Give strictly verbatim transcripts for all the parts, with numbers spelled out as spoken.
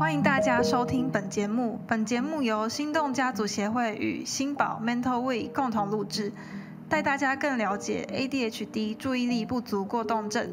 欢迎大家收听本节目。本节目由心动家族协会与新宝 Mental We 共同录制，带大家更了解 A D H D 注意力不足过动症。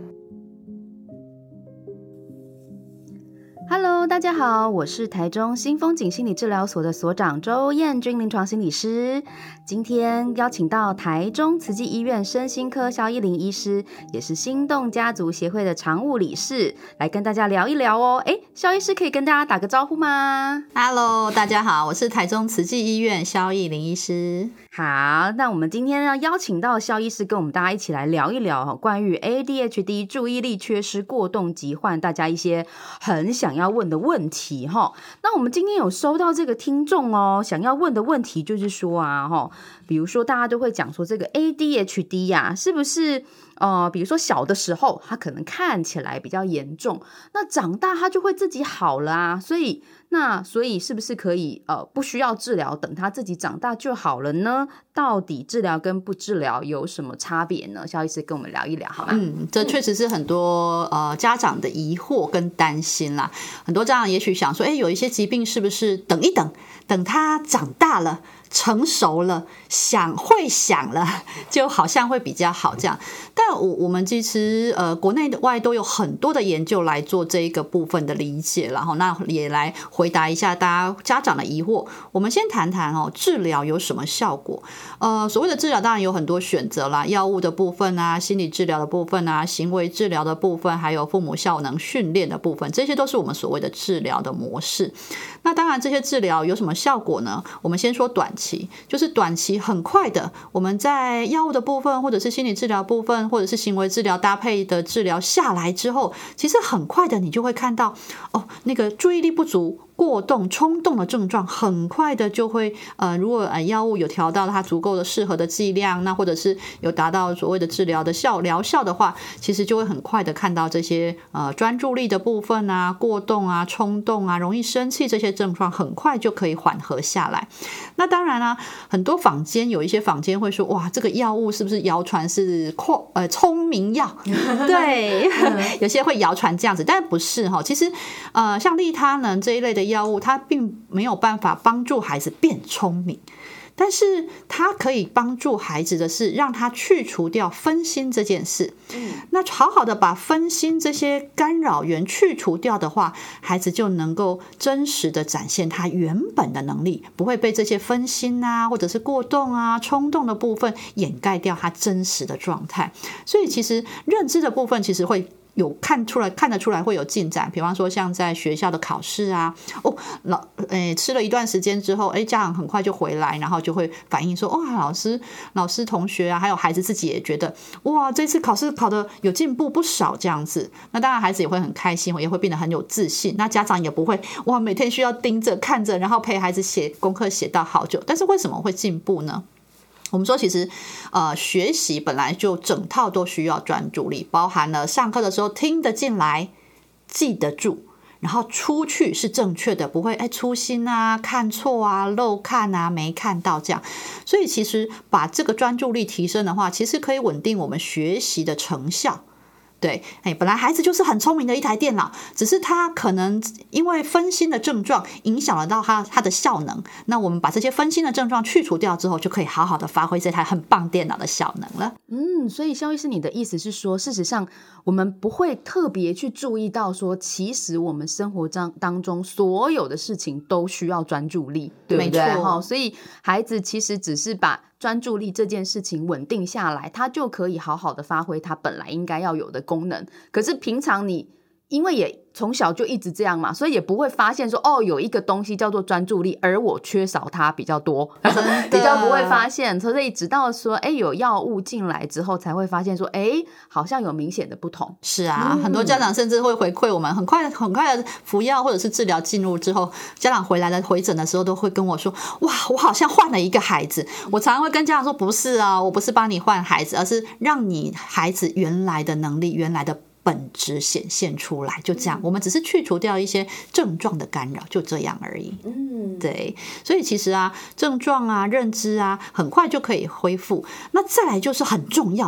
Hello， 大家好，我是台中新风景心理治疗所的所长周燕君临床心理师。今天邀请到台中慈济医院身心科萧一玲医师，也是心动家族协会的常务理事，来跟大家聊一聊哦。诶，萧医师可以跟大家打个招呼吗？ Hello， 大家好，我是台中慈济医院萧一玲医师。 好，那我们今天要邀请到萧医师跟我们大家一起来聊一聊关于 A D H D 注意力缺失过动疾患大家一些很想要问的问题。那我们今天有收到这个听众哦想要问的问题，就是说啊，比如说大家都会讲说这个 A D H D 呀、啊，是不是呃，比如说小的时候他可能看起来比较严重，那长大他就会自己好了啊，所以那所以是不是可以呃不需要治疗，等他自己长大就好了呢？到底治疗跟不治疗有什么差别呢？萧医师跟我们聊一聊好吗？ 嗯，这确实是很多呃家长的疑惑跟担心啦。很多家长也许想说，哎，有一些疾病是不是等一等，等他长大了成熟了，想会想了，就好像会比较好这样。但我我们其实呃国内外都有很多的研究来做这一个部分的理解，然后那也来回答一下大家家长的疑惑。我们先谈谈哦，治疗有什么效果？呃，所谓的治疗当然有很多选择啦，药物的部分啊，心理治疗的部分啊，行为治疗的部分，还有父母效能训练的部分，这些都是我们所谓的治疗的模式。那当然这些治疗有什么效果呢？我们先说短期，就是短期很快的，我们在药物的部分或者是心理治疗部分或者是行为治疗搭配的治疗下来之后，其实很快的你就会看到哦，那个注意力不足过动冲动的症状很快的就会呃，如果呃药物有调到它足够的适合的剂量，那或者是有达到所谓的治疗的效疗效的话，其实就会很快的看到这些呃专注力的部分啊，过动啊，冲动啊，容易生气这些症状很快就可以缓和下来。那当然啦、啊，很多坊间有一些坊间会说，哇，这个药物是不是谣传是呃聪明药？对，有些会谣传这样子，但不是哈。其实呃，像利他能这一类的药物，它并没有办法帮助孩子变聪明，但是它可以帮助孩子的是让他去除掉分心这件事。嗯，那好好的把分心这些干扰源去除掉的话，孩子就能够真实的展现他原本的能力，不会被这些分心啊或者是过动啊冲动的部分掩盖掉他真实的状态。所以其实认知的部分其实会有看出来看得出来会有进展，比方说像在学校的考试啊，哦，老诶吃了一段时间之后，诶家长很快就回来，然后就会反映说，哇，老师老师同学啊，还有孩子自己也觉得，哇，这次考试考得有进步不少这样子。那当然孩子也会很开心，也会变得很有自信。那家长也不会哇每天需要盯着看着，然后陪孩子写功课写到好久。但是为什么会进步呢？我们说其实呃，学习本来就整套都需要专注力，包含了上课的时候听得进来记得住，然后出去是正确的，不会哎粗心啊看错啊漏看啊没看到这样。所以其实把这个专注力提升的话，其实可以稳定我们学习的成效。对，哎，本来孩子就是很聪明的一台电脑，只是他可能因为分心的症状影响了到他他的效能。那我们把这些分心的症状去除掉之后，就可以好好的发挥这台很棒电脑的效能了。 嗯，所以萧医师，你的意思是说，事实上我们不会特别去注意到说，其实我们生活当中所有的事情都需要专注力，对不对？ 没错， 所以孩子其实只是把专注力这件事情稳定下来，他就可以好好的发挥他本来应该要有的功能。可是平常你因为也从小就一直这样嘛，所以也不会发现说哦，有一个东西叫做专注力，而我缺少它比较多，比较不会发现。所以直到说哎有药物进来之后，才会发现说哎好像有明显的不同。 是啊、嗯、很多家长甚至会回馈我们，很快很快的服药或者是治疗进入之后，家长回来的回诊的时候都会跟我说，哇，我好像换了一个孩子。我常常会跟家长说，不是啊，我不是帮你换孩子，而是让你孩子原来的能力原来的本质显现出来，就这样，我们只是去除掉一些症状的干扰，就这样而已。嗯，对，所以其实啊，症状啊、认知啊，很快就可以恢复。那再来就是很重要的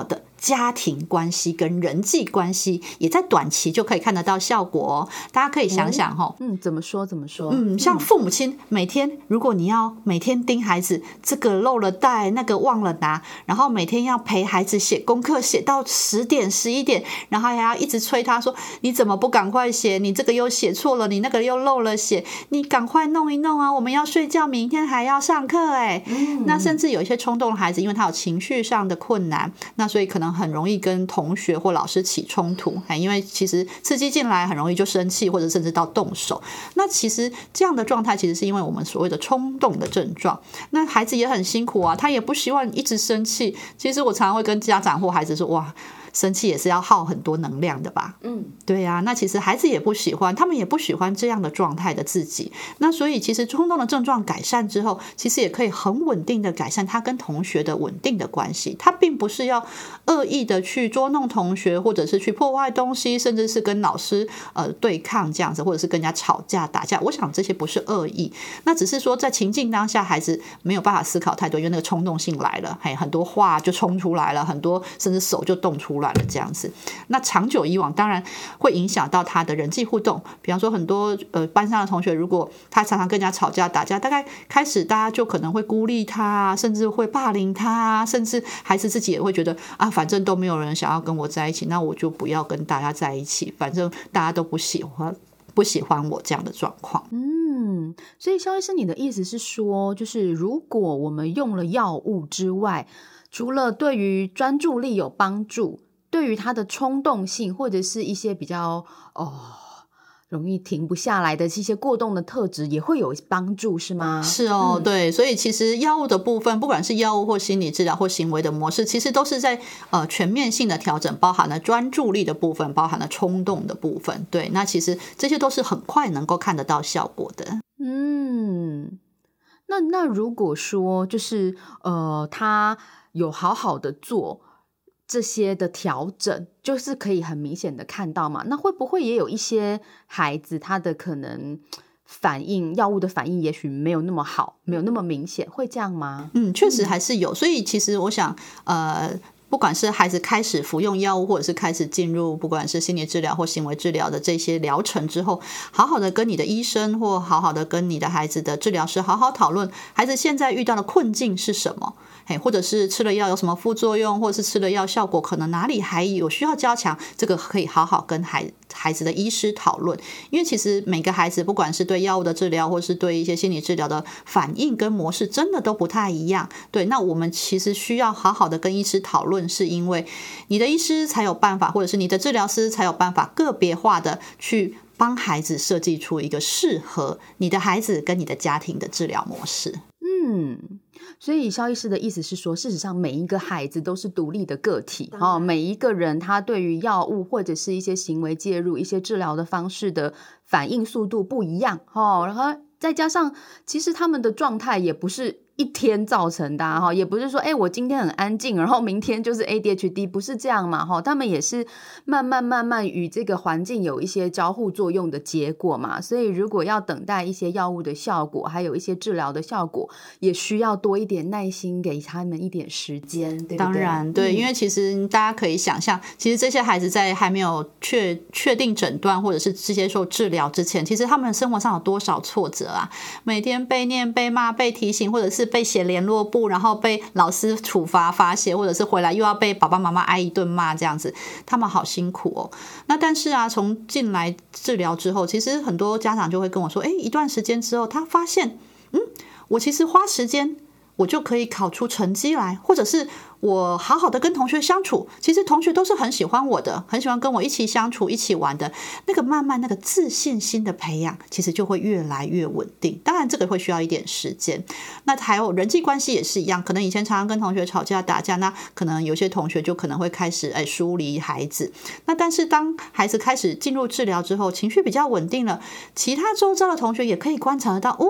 家庭关系跟人际关系也在短期就可以看得到效果哦。大家可以想想哦， 嗯，怎么说怎么说？ 嗯，像父母亲每天，如果你要每天盯孩子，这个漏了带，那个忘了拿，然后每天要陪孩子写功课，写到十点十一点，然后还要一直催他说你怎么不赶快写？你这个又写错了，你那个又漏了写，你赶快弄一弄啊！我们要睡觉，明天还要上课哎。嗯，那甚至有一些冲动的孩子，因为他有情绪上的困难，那所以可能很容易跟同学或老师起冲突，因为其实刺激进来很容易就生气，或者甚至到动手。那其实这样的状态其实是因为我们所谓的冲动的症状。那孩子也很辛苦啊，他也不希望一直生气。其实我常常会跟家长或孩子说，哇，生气也是要耗很多能量的吧。嗯，对啊，那其实孩子也不喜欢，他们也不喜欢这样的状态的自己。那所以其实冲动的症状改善之后，其实也可以很稳定的改善他跟同学的稳定的关系。他并不是要恶意的去捉弄同学，或者是去破坏东西，甚至是跟老师呃对抗这样子，或者是跟人家吵架打架。我想这些不是恶意，那只是说在情境当下孩子没有办法思考太多，因为那个冲动性来了，很多话就冲出来了，很多甚至手就动出来了这样子。那长久以往当然会影响到他的人际互动，比方说很多呃班上的同学，如果他常常跟人家吵架打架，大概开始大家就可能会孤立他，甚至会霸凌他，甚至孩子自己也会觉得啊，反正都没有人想要跟我在一起，那我就不要跟大家在一起，反正大家都不喜欢不喜欢我这样的状况。 嗯，所以肖医师，你的意思是说，就是如果我们用了药物之外，除了对于专注力有帮助，对于他的冲动性或者是一些比较哦容易停不下来的一些过动的特质也会有帮助，是吗？ 是哦、嗯、对，所以其实药物的部分，不管是药物或心理治疗或行为的模式，其实都是在呃全面性的调整，包含了专注力的部分，包含了冲动的部分。对，那其实这些都是很快能够看得到效果的。 嗯，那那如果说就是呃他有好好的做这些的调整，就是可以很明显的看到嘛，那会不会也有一些孩子他的可能反应药物的反应也许没有那么好，没有那么明显，会这样吗？ 嗯，确实还是有、嗯、所以其实我想呃不管是孩子开始服用药物，或者是开始进入不管是心理治疗或行为治疗的这些疗程之后，好好的跟你的医生或好好的跟你的孩子的治疗师好好讨论孩子现在遇到的困境是什么，或者是吃了药有什么副作用，或者是吃了药效果可能哪里还有需要加强，这个可以好好跟孩孩子的医师讨论。因为其实每个孩子不管是对药物的治疗或是对一些心理治疗的反应跟模式真的都不太一样。对，那我们其实需要好好的跟医师讨论，是因为你的医师才有办法，或者是你的治疗师才有办法个别化的去帮孩子设计出一个适合你的孩子跟你的家庭的治疗模式。 嗯，所以肖医师的意思是说，事实上每一个孩子都是独立的个体、哦、每一个人他对于药物或者是一些行为介入一些治疗的方式的反应速度不一样、哦、然后再加上其实他们的状态也不是一天造成的、啊、也不是说哎，我今天很安静然后明天就是 A D H D， 不是这样嘛、哦、他们也是慢慢慢慢与这个环境有一些交互作用的结果嘛，所以如果要等待一些药物的效果还有一些治疗的效果，也需要多一点耐心，给他们一点时间，对不对？ 当然对、嗯、因为其实大家可以想象，其实这些孩子在还没有确确定诊断或者是接受治疗之前，其实他们生活上有多少挫折啊，每天被念被骂被提醒，或者是被写联络簿，然后被老师处罚罚写，或者是回来又要被爸爸妈妈挨一顿骂，这样子他们好辛苦哦。那但是啊，从进来治疗之后，其实很多家长就会跟我说，诶，一段时间之后他发现嗯，我其实花时间我就可以考出成绩来，或者是我好好的跟同学相处，其实同学都是很喜欢我的，很喜欢跟我一起相处一起玩的，那个慢慢那个自信心的培养其实就会越来越稳定。当然这个会需要一点时间。那还有人际关系也是一样，可能以前常常跟同学吵架打架，那可能有些同学就可能会开始哎疏离孩子。那但是当孩子开始进入治疗之后，情绪比较稳定了，其他周遭的同学也可以观察得到哦，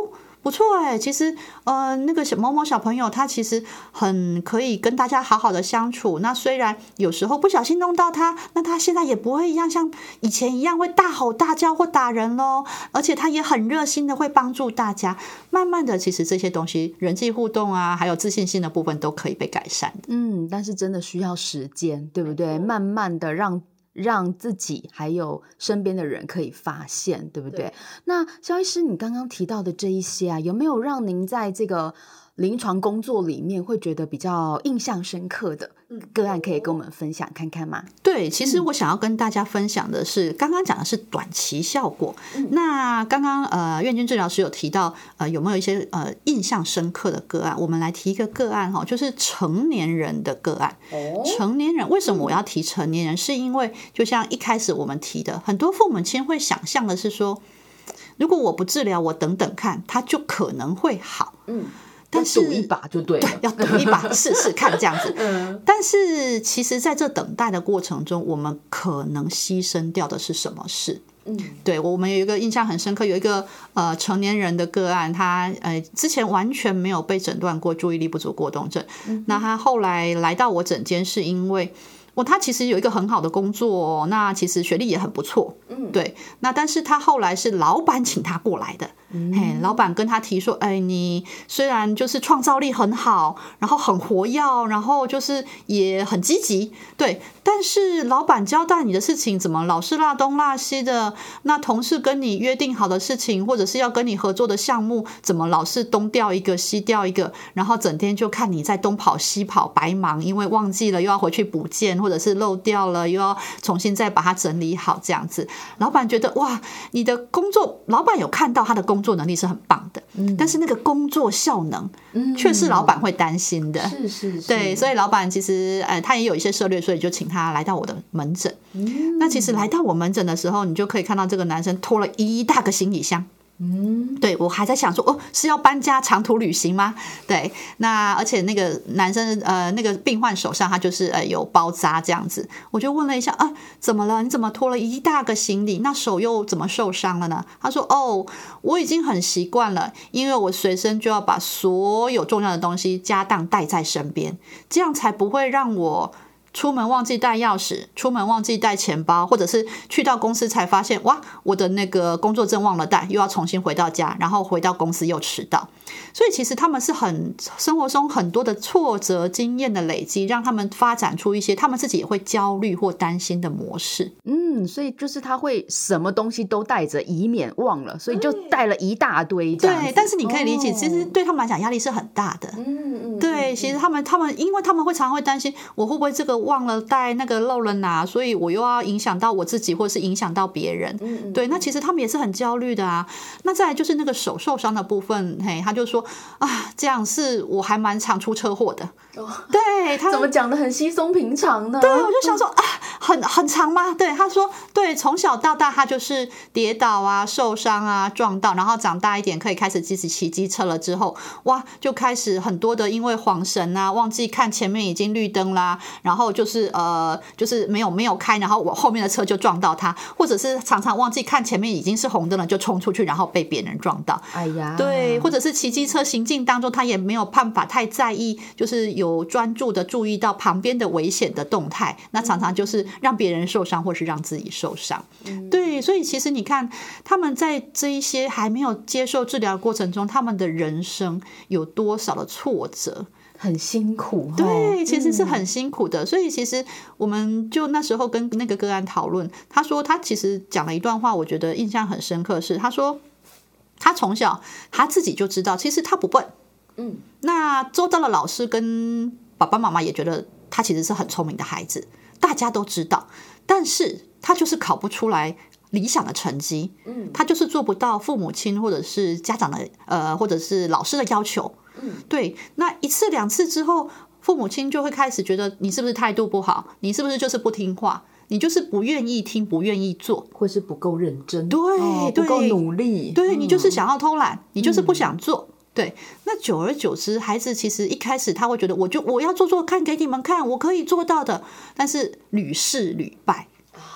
不错哎，其实呃，那个小某某小朋友他其实很可以跟大家好好的相处。那虽然有时候不小心弄到他，那他现在也不会一样像以前一样会大吼大叫或打人咯，而且他也很热心的会帮助大家。慢慢的，其实这些东西人际互动啊，还有自信心的部分都可以被改善的。 嗯，但是真的需要时间，对不对？慢慢的让让自己还有身边的人可以发现，对不对？对。那肖医师，你刚刚提到的这一些啊，有没有让您在这个临床工作里面会觉得比较印象深刻的个案，可以跟我们分享看看吗？ 对，其实我想要跟大家分享的是，刚刚讲的是短期效果。嗯、那刚刚呃，苑君治疗师有提到，呃，有没有一些呃印象深刻的个案？我们来提一个个案哈，就是成年人的个案。哦、成年人为什么我要提成年人？是因为就像一开始我们提的，很多父母亲会想象的是说，如果我不治疗，我等等看，他就可能会好。嗯。 但是赌一把就对了， 对，要赌一把试试看这样子。嗯，但是其实在这等待的过程中，我们可能牺牲掉的是什么事？嗯，对，我们有一个印象很深刻，有一个呃成年人的个案，他呃之前完全没有被诊断过注意力不足过动症，嗯、那他后来来到我诊间是因为。哦，他其实有一个很好的工作，哦，那其实学历也很不错，嗯，对。那但是他后来是老板请他过来的，嗯，嘿，老板跟他提说，哎，你虽然就是创造力很好，然后很活跃，然后就是也很积极，对，但是老板交代你的事情怎么老是落东落西的？那同事跟你约定好的事情，或者是要跟你合作的项目，怎么老是东调一个西调一个？然后整天就看你在东跑西跑，白忙，因为忘记了又要回去补件。或者是漏掉了，又要重新再把它整理好，这样子，老板觉得哇，你的工作，老板有看到他的工作能力是很棒的，嗯、但是那个工作效能，嗯，却是老板会担心的， 是是是， 对，所以老板其实呃，他也有一些策略，所以就请他来到我的门诊。嗯、那其实来到我门诊的时候，你就可以看到这个男生拖了一大个行李箱。嗯，对，我还在想说，哦，是要搬家长途旅行吗？对，那而且那个男生呃，那个病患手上他就是呃有包扎这样子，我就问了一下啊，怎么了？你怎么拖了一大个行李？那手又怎么受伤了呢？他说，哦，我已经很习惯了，因为我随身就要把所有重要的东西家当带在身边，这样才不会让我。出门忘记带钥匙，出门忘记带钱包，或者是去到公司才发现，哇，我的那个工作证忘了带，又要重新回到家，然后回到公司又迟到。所以其实他们是很生活中很多的挫折经验的累积，让他们发展出一些他们自己也会焦虑或担心的模式。 嗯，所以就是他会什么东西都带着，以免忘了，所以就带了一大堆这样子。 对，但是你可以理解，哦、其实对他们来讲压力是很大的。嗯嗯，对，其实他们他们因为他们会常常会担心，我会不会这个忘了带，那个漏了拿，所以我又要影响到我自己，或者是影响到别人。嗯嗯，对，那其实他们也是很焦虑的啊。那再来就是那个手受伤的部分，嘿，他就说啊，这样是我还蛮常出车祸的。哦、对他怎么讲的很稀松平常呢？ 对，我就想说啊，很很长吗？对，他说对，从小到大他就是跌倒啊、受伤啊、撞到，然后长大一点可以开始自己骑机车了之后，哇，就开始很多的因为晃神啊，忘记看前面已经绿灯啦，然后就是呃，就是没有没有开，然后我后面的车就撞到他，或者是常常忘记看前面已经是红灯了，就冲出去，然后被别人撞到。 哎呀， 对，或者是骑机车行进当中，他也没有办法太在意，就是有专注的注意到旁边的危险的动态，那常常就是让别人受伤，或是让自己受伤。嗯、对，所以其实你看，他们在这一些还没有接受治疗的过程中，他们的人生有多少的挫折？ 很辛苦， 对，其实是很辛苦的。嗯、所以其实我们就那时候跟那个个案讨论，他说他其实讲了一段话，我觉得印象很深刻，是他说他从小他自己就知道，其实他不笨，嗯，那周遭的老师跟爸爸妈妈也觉得他其实是很聪明的孩子，大家都知道，但是他就是考不出来理想的成绩，嗯，他就是做不到父母亲或者是家长的呃，或者是老师的要求。嗯，对，那一次两次之后，父母亲就会开始觉得你是不是态度不好，你是不是就是不听话，你就是不愿意听，不愿意做， 或是不够认真， 对， 哦、不够努力， 对、嗯、你就是想要偷懒，你就是不想做。嗯，对，那久而久之，孩子其实一开始他会觉得，我就我要做做看给你们看，我可以做到的，但是屡试屡败。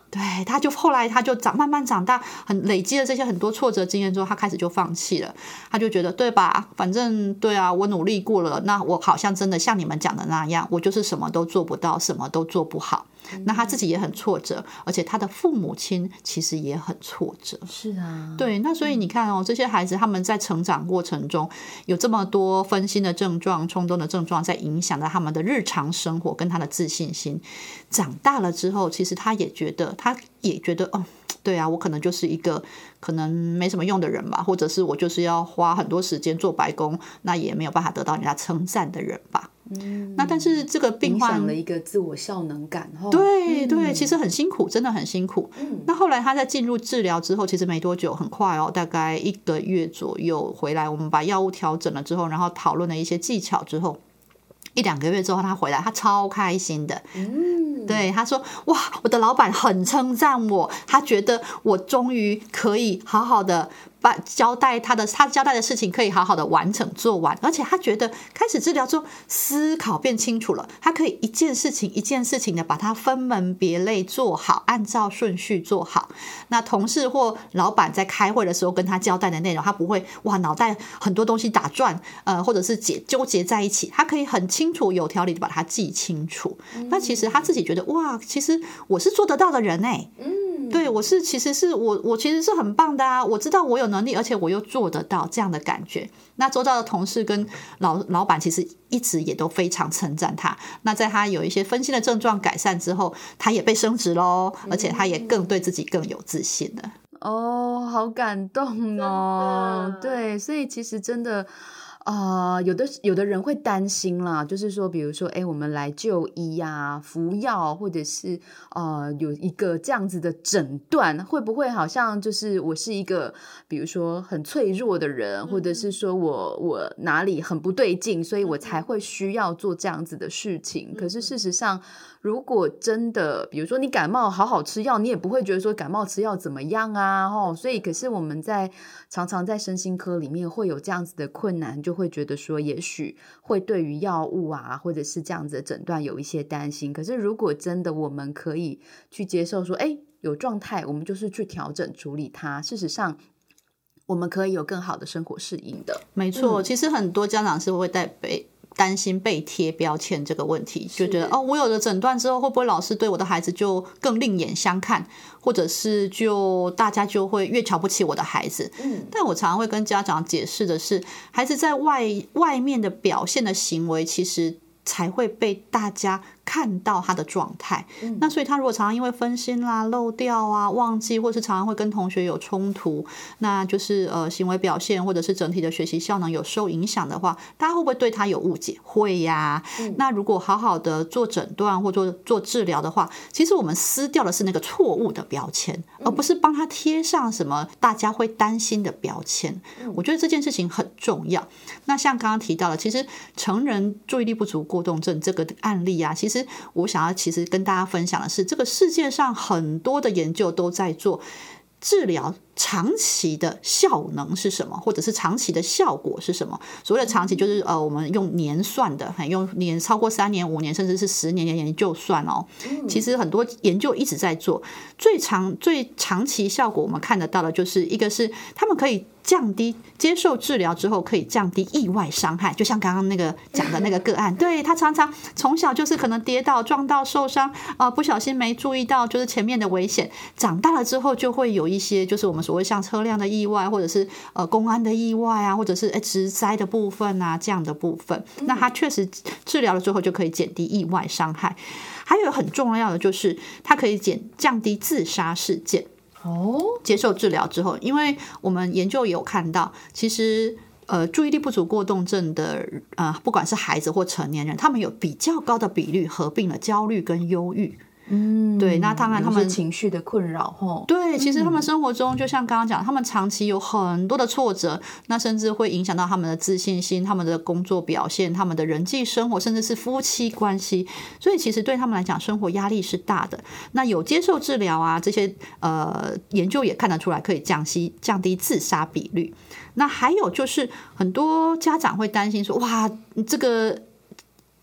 对，他就后来他就长慢慢长大，很累积了这些很多挫折经验之后，他开始就放弃了。他就觉得对吧，反正对啊，我努力过了，那我好像真的像你们讲的那样，我就是什么都做不到，什么都做不好。那他自己也很挫折，而且他的父母亲其实也很挫折。 是啊， 对，那所以你看哦，这些孩子他们在成长过程中有这么多分心的症状、冲动的症状，在影响到他们的日常生活跟他的自信心。长大了之后，其实他也觉得，他也觉得，哦，对啊，我可能就是一个可能没什么用的人吧，或者是我就是要花很多时间做白工，那也没有办法得到人家称赞的人吧。嗯，那但是这个病患影响了一个自我效能感。 对对，其实很辛苦，真的很辛苦。嗯，那后来他在进入治疗之后，其实没多久，很快哦，大概一个月左右回来，我们把药物调整了之后，然后讨论了一些技巧之后，一两个月之后他回来，他超开心的。嗯，对，他说哇，我的老板很称赞我，他觉得我终于可以好好的把交代他的他交代的事情可以好好的完成做完，而且他觉得开始治疗之后思考变清楚了，他可以一件事情一件事情的把它分门别类做好，按照顺序做好。那同事或老板在开会的时候跟他交代的内容，他不会哇脑袋很多东西打转，呃，或者是结纠结在一起，他可以很清楚有条理的把它记清楚。嗯，那其实他自己觉得哇，其实我是做得到的人哎、欸。嗯，对，我是其实是我我其实是很棒的啊，我知道我有能力，而且我又做得到，这样的感觉。那周遭的同事跟老老板其实一直也都非常称赞他。那在他有一些分心的症状改善之后，他也被升职咯，而且他也更对自己更有自信了。 哦，好感动哦。对，所以其实真的啊、呃，有的有的人会担心啦，就是说，比如说，哎，我们来就医啊，服药，或者是呃，有一个这样子的诊断，会不会好像就是我是一个，比如说很脆弱的人，或者是说我我哪里很不对劲，所以我才会需要做这样子的事情。可是事实上，如果真的，比如说你感冒好好吃药，你也不会觉得说感冒吃药怎么样啊，吼。所以，可是我们在常常在身心科里面会有这样子的困难，就会觉得说，也许会对于药物啊，或者是这样子的诊断有一些担心。可是，如果真的我们可以去接受说，哎，有状态，我们就是去调整处理它。事实上，我们可以有更好的生活适应的。 没错，嗯、其实很多家长是会带被。担心被贴标签这个问题，就觉得哦，我有了诊断之后，会不会老师对我的孩子就更另眼相看，或者是就大家就会越瞧不起我的孩子？嗯，但我常常会跟家长解释的是，孩子在外外面的表现的行为，其实才会被大家看到他的状态。嗯，那所以他如果常常因为分心啦、漏掉啊、忘记，或是常常会跟同学有冲突，那就是呃行为表现或者是整体的学习效能有受影响的话，大家会不会对他有误解？会呀、啊嗯。那如果好好的做诊断或做做治疗的话，其实我们撕掉的是那个错误的标签，而不是帮他贴上什么大家会担心的标签。嗯，我觉得这件事情很重要。那像刚刚提到的，其实成人注意力不足过动症这个案例啊，其实我想要其实跟大家分享的是，这个世界上很多的研究都在做治疗长期的效能是什么，或者是长期的效果是什么。所谓的长期就是呃，我们用年算的，用年超过三年、五年，甚至是十年的研究算哦。其实很多研究一直在做，最长最长期效果我们看得到的就是一个是他们可以降低接受治疗之后可以降低意外伤害，就像刚刚那个讲的那个个案，对，他常常从小就是可能跌倒撞到受伤啊、呃，不小心没注意到就是前面的危险，长大了之后就会有一些就是我们所谓像车辆的意外，或者是呃公安的意外啊，或者是哎职灾的部分啊这样的部分，那他确实治疗了之后就可以减低意外伤害。还有很重要的就是它可以减降低自杀事件。哦，接受治疗之后，因为我们研究也有看到，其实呃注意力不足过动症的呃不管是孩子或成年人，他们有比较高的比率合并了焦虑跟忧郁。嗯，对，那当然他们情绪的困扰吼， 对，其实他们生活中、嗯、就像刚刚讲，他们长期有很多的挫折，那甚至会影响到他们的自信心、他们的工作表现、他们的人际生活，甚至是夫妻关系。所以其实对他们来讲，生活压力是大的。那有接受治疗啊，这些呃研究也看得出来，可以降低降低自杀比率。那还有就是很多家长会担心说，哇，这个。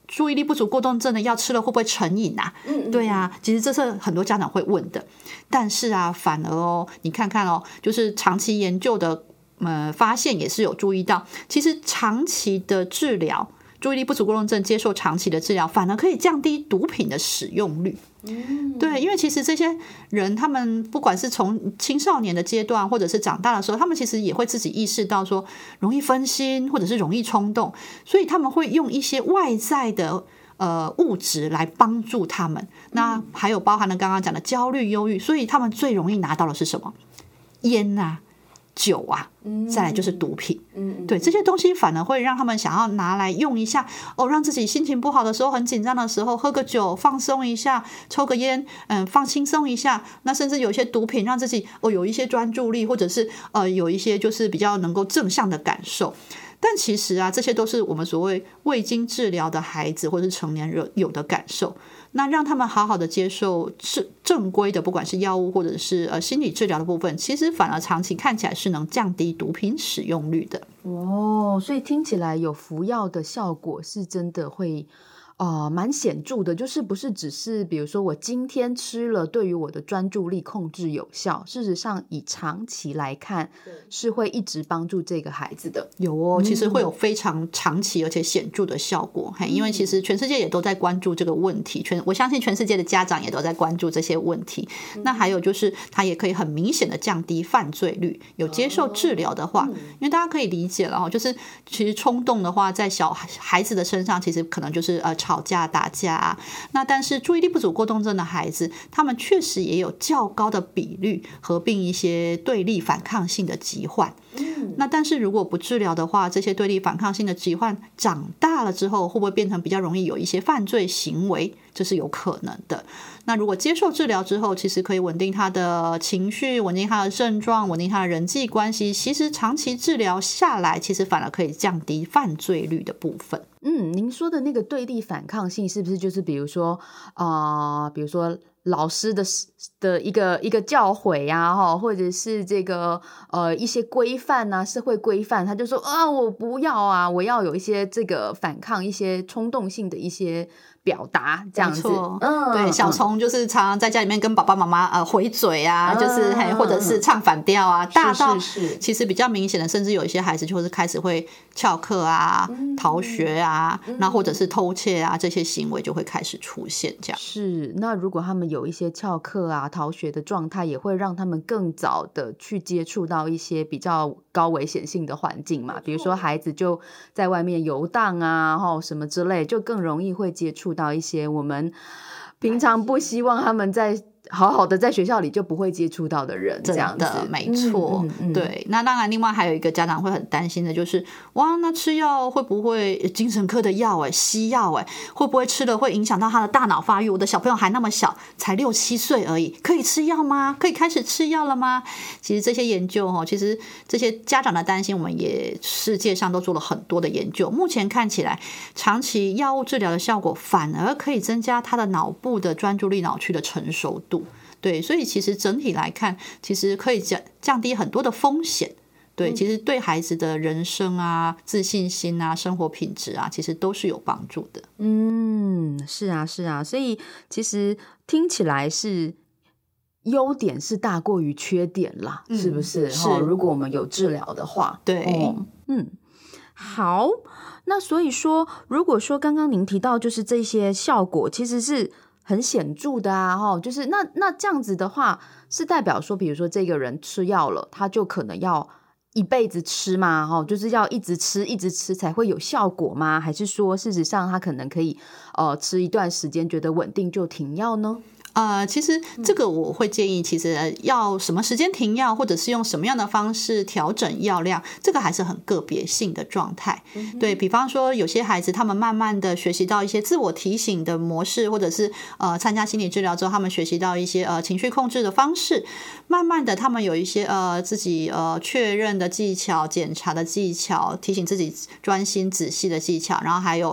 注意力不足过动症的药吃了会不会成瘾啊？嗯，对啊，其实这是很多家长会问的。但是啊，反而哦，你看看哦，就是长期研究的呃发现也是有注意到，其实长期的治疗。注意力不足过动症接受长期的治疗，反而可以降低毒品的使用率。嗯，对，因为其实这些人，他们不管是从青少年的阶段，或者是长大的时候，他们其实也会自己意识到说容易分心，或者是容易冲动，所以他们会用一些外在的呃物质来帮助他们。那还有包含了刚刚讲的焦虑、忧郁，所以他们最容易拿到的是什么？烟啊。酒啊，再来就是毒品，嗯，对，这些东西反而会让他们想要拿来用一下，哦，让自己心情不好的时候、很紧张的时候喝个酒放松一下，抽个烟，嗯，放轻松一下。那甚至有一些毒品让自己哦有一些专注力，或者是呃有一些就是比较能够正向的感受。但其实啊，这些都是我们所谓未经治疗的孩子或是成年人有的感受。那让他们好好的接受正规的，不管是药物或者是呃心理治疗的部分，其实反而长期看起来是能降低毒品使用率的。 哦，所以听起来有服药的效果是真的会。呃，蛮显著的，就是不是只是比如说我今天吃了对于我的专注力控制有效，事实上以长期来看是会一直帮助这个孩子的。 有哦，其实会有非常长期而且显著的效果、嗯、因为其实全世界也都在关注这个问题，全我相信全世界的家长也都在关注这些问题、嗯、那还有就是它也可以很明显的降低犯罪率，有接受治疗的话、哦嗯、因为大家可以理解了，就是其实冲动的话在小孩子的身上其实可能就是呃吵架打架、啊、那但是注意力不足过动症的孩子，他们确实也有较高的比率合并一些对立反抗性的疾患、嗯、那但是如果不治疗的话，这些对立反抗性的疾患长大了之后会不会变成比较容易有一些犯罪行为，这是有可能的。那如果接受治疗之后，其实可以稳定他的情绪，稳定他的症状，稳定他的人际关系，其实长期治疗下来，其实反而可以降低犯罪率的部分。 嗯，您说的那个对立反抗性是不是就是比如说呃，比如说老师的的一个一个教诲啊，或者是这个呃一些规范啊，社会规范，他就说啊我不要啊，我要有一些这个反抗，一些冲动性的一些表达这样子。 嗯，对，小虫就是常常在家里面跟爸爸妈妈呃回嘴啊，嗯、就是嘿或者是唱反调啊，大到其实比较明显的，甚至有一些孩子就是开始会翘课啊、嗯、逃学啊，那、嗯、或者是偷窃啊，这些行为就会开始出现这样。 是，那如果他们有一些翘课啊、逃学的状态，也会让他们更早的去接触到一些比较高危险性的环境嘛，比如说孩子就在外面游荡啊，什么之类，就更容易会接触到一些我们平常不希望他们在好好的在学校里就不会接触到的人，这样子。 真的没错、嗯嗯嗯、对。那当然另外还有一个家长会很担心的就是哇，那吃药会不会精神科的药哎，西药哎，会不会吃了会影响到他的大脑发育？我的小朋友还那么小，才六七岁而已，可以吃药吗？可以开始吃药了吗？其实这些研究哦，其实这些家长的担心我们也世界上都做了很多的研究，目前看起来长期药物治疗的效果反而可以增加他的脑部的专注力脑区的成熟度。对，所以其实整体来看，其实可以降降低很多的风险。对，其实对孩子的人生啊、自信心啊、生活品质啊，其实都是有帮助的。 嗯，是啊，是啊，所以其实听起来是优点是大过于缺点啦，嗯、是不是？ 是， 如果我们有治疗的话， 对， 哦、嗯，好。那所以说，如果说刚刚您提到就是这些效果，其实是很显著的啊，齁，就是那那这样子的话，是代表说，比如说这个人吃药了，他就可能要一辈子吃吗？齁，就是要一直吃一直吃才会有效果吗？还是说事实上他可能可以呃吃一段时间觉得稳定就停药呢？ 呃，其实这个我会建议，其实要什么时间停药，或者是用什么样的方式调整药量，这个还是很个别性的状态。嗯、对，比方说，有些孩子他们慢慢的学习到一些自我提醒的模式，或者是呃参加心理治疗之后，他们学习到一些呃情绪控制的方式，慢慢的他们有一些呃自己呃确认的技巧、检查的技巧、提醒自己专心仔细的技巧，然后还有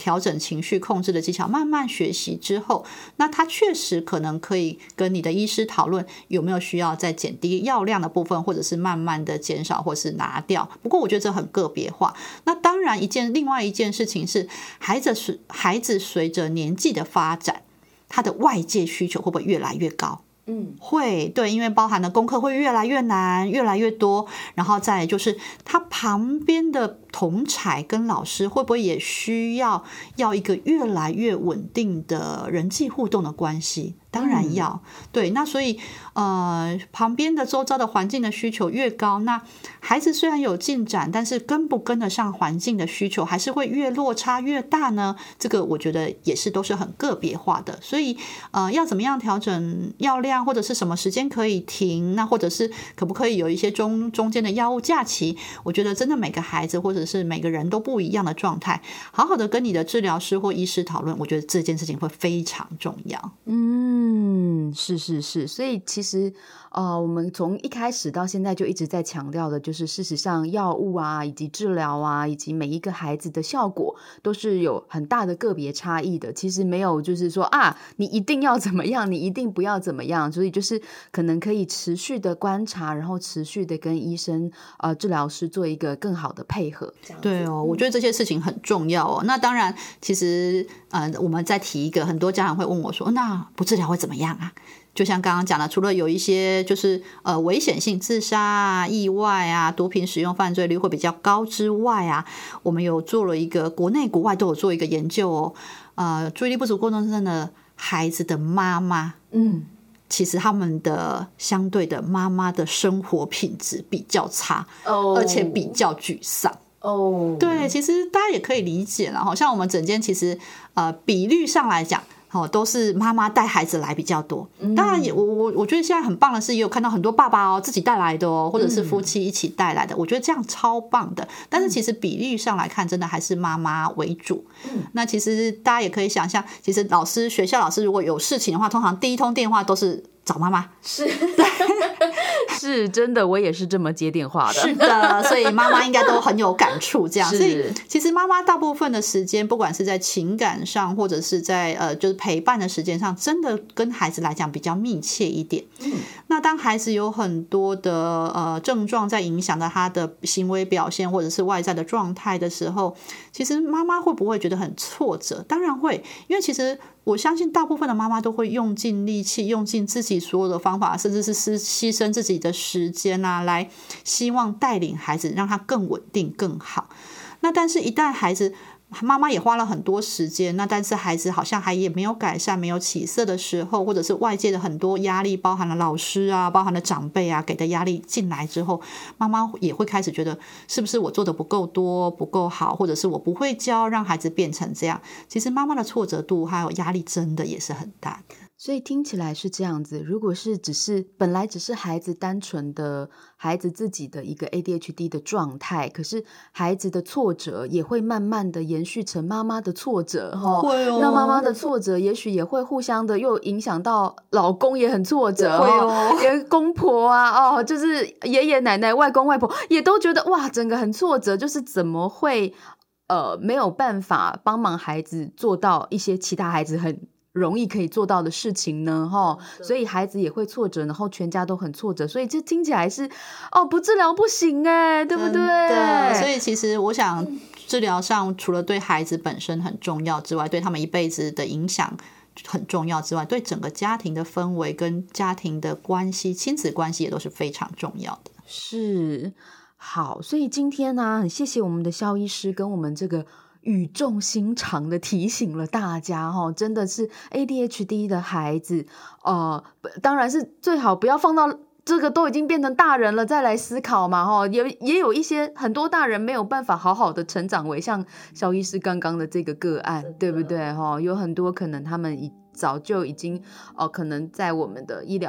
调整情绪控制的技巧慢慢学习之后，那他确实可能可以跟你的医师讨论有没有需要再减低药量的部分，或者是慢慢的减少或是拿掉。不过我觉得这很个别化。那当然一件另外一件事情是，孩子孩子随着年纪的发展，他的外界需求会不会越来越高？ 嗯， 会，对，因为包含的功课会越来越难，越来越多，然后再来就是他旁边的同侪跟老师会不会也需要要一个越来越稳定的人际互动的关系？当然要、嗯、对，那所以呃，旁边的周遭的环境的需求越高，那孩子虽然有进展，但是跟不跟得上环境的需求，还是会越落差越大呢？这个我觉得也是都是很个别化的，所以呃，要怎么样调整药量，或者是什么时间可以停，那或者是可不可以有一些中中间的药物假期？我觉得真的每个孩子或者是每个人都不一样的状态，好好的跟你的治疗师或医师讨论，我觉得这件事情会非常重要。 嗯。嗯，是是是，所以其实呃，我们从一开始到现在就一直在强调的，就是事实上药物啊，以及治疗啊，以及每一个孩子的效果都是有很大的个别差异的。其实没有就是说啊，你一定要怎么样，你一定不要怎么样，所以就是可能可以持续的观察，然后持续的跟医生呃治疗师做一个更好的配合。 对哦，我觉得这些事情很重要哦。那当然，其实呃，我们再提一个，很多家长会问我说，那不治疗会怎么样啊？就像刚刚讲的，除了有一些就是呃危险性，自杀啊、意外啊、毒品使用犯罪率会比较高之外啊，我们有做了一个国内国外都有做一个研究哦。呃，注意力不足过动症的孩子的妈妈，嗯，其实他们的相对的妈妈的生活品质比较差，哦，而且比较沮丧。哦， oh. 对，其实大家也可以理解啦，好像我们整间其实呃比率上来讲，哦，都是妈妈带孩子来比较多。当然也，我我我觉得现在很棒的是，也有看到很多爸爸哦自己带来的哦，或者是夫妻一起带来的，我觉得这样超棒的。但是其实比例上来看，真的还是妈妈为主。那其实大家也可以想象，其实老师学校老师如果有事情的话，通常第一通电话都是找妈妈。 是，对，是真的，我也是这么接电话的。 是的，所以妈妈应该都很有感触。这样，所以其实妈妈大部分的时间，不管是在情感上，或者是在呃就是陪伴的时间上，真的跟孩子来讲比较密切一点。嗯，那当孩子有很多的呃症状在影响到他的行为表现，或者是外在的状态的时候，其实妈妈会不会觉得很挫折？当然会，因为其实我相信大部分的妈妈都会用尽力气，用尽自己所有的方法，甚至是牺牲自己的时间啊，来希望带领孩子让他更稳定更好。那但是一旦孩子妈妈也花了很多时间，那但是孩子好像还也没有改善，没有起色的时候，或者是外界的很多压力，包含了老师啊，包含了长辈啊给的压力进来之后，妈妈也会开始觉得是不是我做的不够多不够好，或者是我不会教，让孩子变成这样。其实妈妈的挫折度还有压力真的也是很大的。 所以听起来是这样子，如果是只是本来只是孩子单纯的孩子自己的一个 A D H D 的状态，可是孩子的挫折也会慢慢的延续成妈妈的挫折、哦、会哦。那妈妈的挫折也许也会互相的又影响到老公也很挫折， 会哦， 连公婆啊哦，就是爷爷奶奶外公外婆也都觉得哇整个很挫折，就是怎么会呃没有办法帮忙孩子做到一些其他孩子很容易可以做到的事情呢，齁，所以孩子也会挫折，然后全家都很挫折，所以这听起来是哦，不治疗不行哎，对不对？ 对，所以其实我想治疗上除了对孩子本身很重要之外，对他们一辈子的影响很重要之外，对整个家庭的氛围跟家庭的关系、亲子关系也都是非常重要的。 是，好，所以今天呢、啊，很谢谢我们的肖医师跟我们这个语重心长的提醒了大家齁，真的是 A D H D 的孩子呃，当然是最好不要放到这个都已经变成大人了再来思考嘛齁，也也有一些很多大人没有办法好好的成长为像肖医师刚刚的这个个案，对不对齁？有很多可能他们已早就已经呃，可能在我们的医疗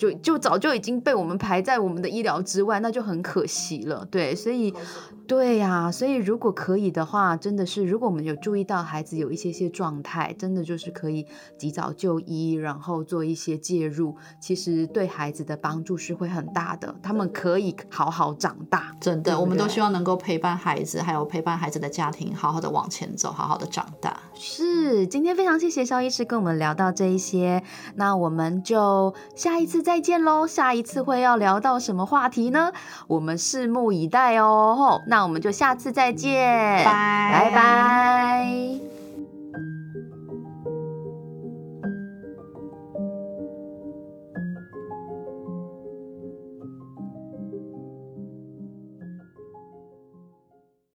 就就早就已经被我们排在我们的医疗之外，那就很可惜了。对，所以对呀、啊，所以如果可以的话，真的是如果我们有注意到孩子有一些些状态，真的就是可以及早就医，然后做一些介入，其实对孩子的帮助是会很大的，他们可以好好长大。 真的， 对对我们都希望能够陪伴孩子，还有陪伴孩子的家庭，好好的往前走，好好的长大。 是，今天非常谢谢肖医师跟我们聊到这一些，那我们就下一次再见咯。下一次会要聊到什么话题呢？我们拭目以待哦。那我们就下次再见， 拜拜拜。